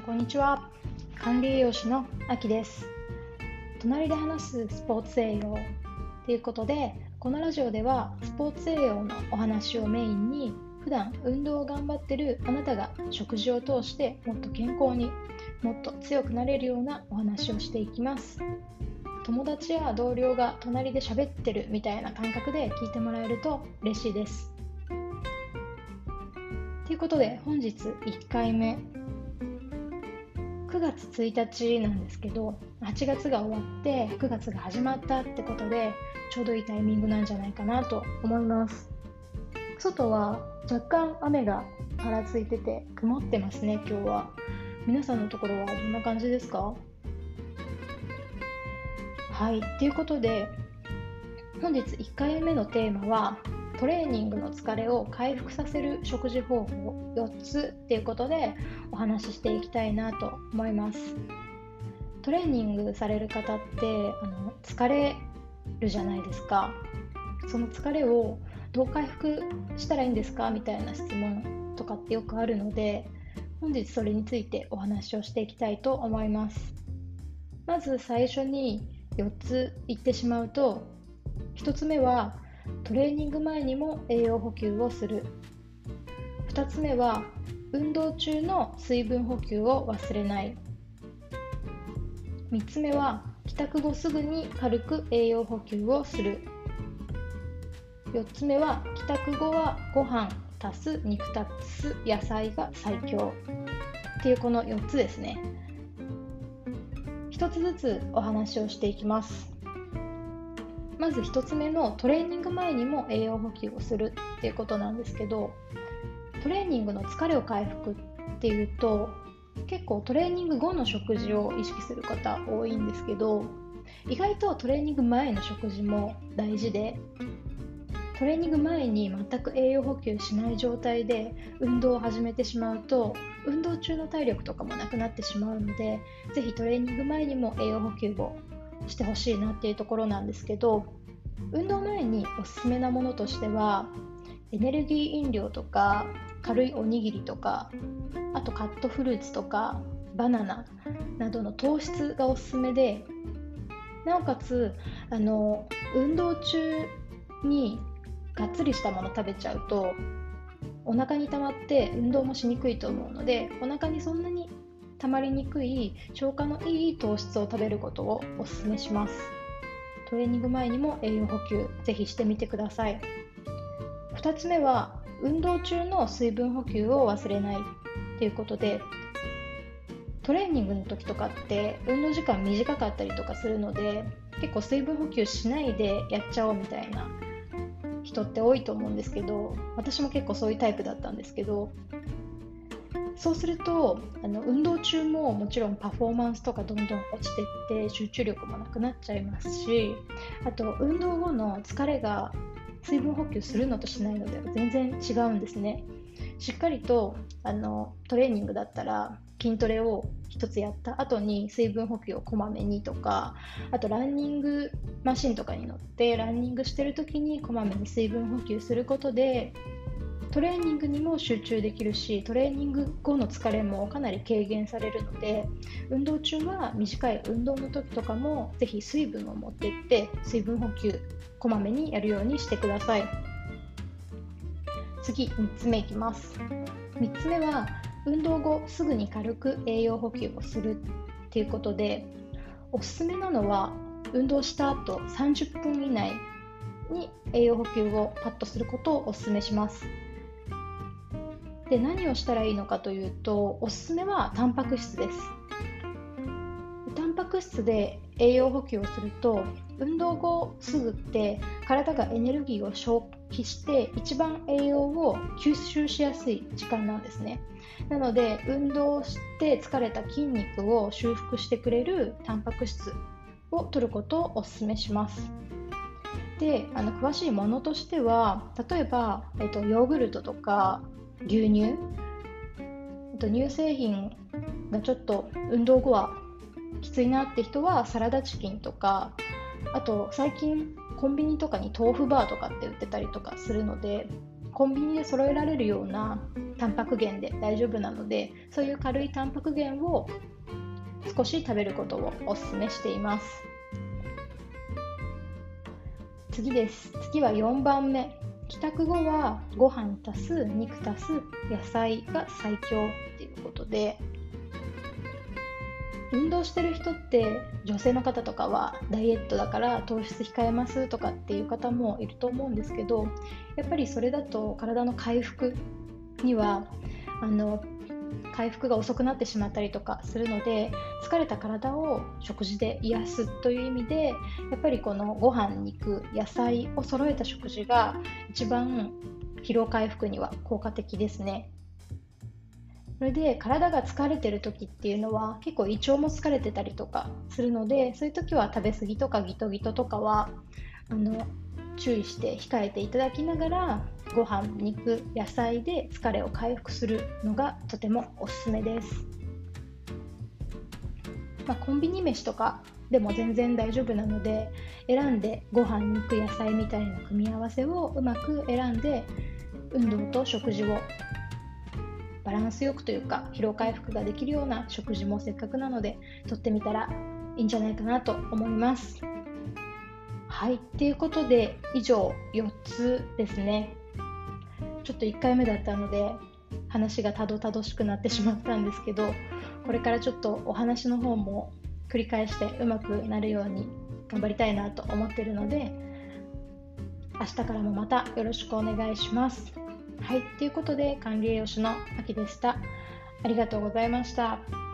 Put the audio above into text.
こんにちは。管理栄養士のあきです。隣で話すスポーツ栄養ということで、このラジオではスポーツ栄養のお話をメインに、普段運動を頑張っているあなたが食事を通してもっと健康にもっと強くなれるようなお話をしていきます。友達や同僚が隣で喋ってるみたいな感覚で聞いてもらえると嬉しいです。ということで、本日1回目9月1日なんですけど、8月が終わって9月が始まったってことで、ちょうどいいタイミングなんじゃないかなと思います。外は若干雨がぱらついてて曇ってますね、今日は。皆さんのところはどんな感じですか？はい、ということで本日1回目のテーマは、トレーニングの疲れを回復させる食事方法4つということでお話ししていきたいなと思います。トレーニングされる方って疲れるじゃないですか。その疲れをどう回復したらいいんですかみたいな質問とかってよくあるので、本日それについてお話をしていきたいと思います。まず最初に4つ言ってしまうと、1つ目はトレーニング前にも栄養補給をする。2つ目は運動中の水分補給を忘れない。3つ目は帰宅後すぐに軽く栄養補給をする。4つ目は帰宅後はご飯足す肉足す野菜が最強っていう、この4つですね。1つずつお話をしていきます。まず1つ目のトレーニング前にも栄養補給をするっていうことなんですけど、トレーニングの疲れを回復っていうと、結構トレーニング後の食事を意識する方多いんですけど、意外とトレーニング前の食事も大事で、トレーニング前に全く栄養補給しない状態で運動を始めてしまうと、運動中の体力とかもなくなってしまうので、ぜひトレーニング前にも栄養補給をしてほしいなっていうところなんですけど、運動前におすすめなものとしては、エネルギー飲料とか軽いおにぎりとか、あとカットフルーツとかバナナなどの糖質がおすすめで、なおかつ運動中にがっつりしたもの食べちゃうとお腹に溜まって運動もしにくいと思うので、お腹にそんなに溜まりにくい消化のいい糖質を食べることをおすすめします。トレーニング前にも栄養補給ぜひしてみてください。2つ目は運動中の水分補給を忘れないということで、トレーニングの時とかって運動時間短かったりとかするので、結構水分補給しないでやっちゃおうみたいな人って多いと思うんですけど、私も結構そういうタイプだったんですけど、そうすると運動中ももちろんパフォーマンスとかどんどん落ちていって集中力もなくなっちゃいますし、あと運動後の疲れが水分補給するのとしないのでは全然違うんですね。しっかりとトレーニングだったら筋トレを一つやった後に水分補給をこまめにとか、あとランニングマシンとかに乗ってランニングしてる時にこまめに水分補給することで、トレーニングにも集中できるし、トレーニング後の疲れもかなり軽減されるので、運動中は短い運動の時とかもぜひ水分を持っていって水分補給こまめにやるようにしてください。次3つ目いきます。3つ目は運動後すぐに軽く栄養補給をするということで、おすすめなのは運動した後30分以内に栄養補給をパッとすることをおすすめします。で、何をしたらいいのかというと、おすすめはタンパク質です。タンパク質で栄養補給をすると、運動後すぐって体がエネルギーを消費して一番栄養を吸収しやすい時間なんですね。なので運動して疲れた筋肉を修復してくれるタンパク質を摂ることをおすすめします。で、詳しいものとしては、例えば、ヨーグルトとか牛乳、乳製品がちょっと運動後はきついなって人はサラダチキンとか、あと最近コンビニとかに豆腐バーとかって売ってたりとかするので、 コンビニで揃えられるようなタンパク源で大丈夫なので、そういう軽いタンパク源を少し食べることをお勧めしています。次です。次は4番目。帰宅後はご飯足す肉足す野菜が最強っていうことで、運動してる人って女性の方とかはダイエットだから糖質控えますとかっていう方もいると思うんですけど、やっぱりそれだと体の回復には回復が遅くなってしまったりとかするので、疲れた体を食事で癒すという意味で、やっぱりこのご飯、肉、野菜を揃えた食事が一番疲労回復には効果的ですね。それで体が疲れてる時っていうのは結構胃腸も疲れてたりとかするので、そういう時は食べ過ぎとかギトギトとかは注意して控えていただきながら、ご飯、肉、野菜で疲れを回復するのがとてもおすすめです。コンビニ飯とかでも全然大丈夫なので、選んでご飯、肉、野菜みたいな組み合わせをうまく選んで、運動と食事をバランスよくというか疲労回復ができるような食事もせっかくなのでとってみたらいいんじゃないかなと思います。はい、ということで以上4つですね。ちょっと1回目だったので話がたどたどしくなってしまったんですけど、これからちょっとお話の方も繰り返してうまくなるように頑張りたいなと思っているので、明日からもまたよろしくお願いします。はい、ということで管理栄養士のあきでした。ありがとうございました。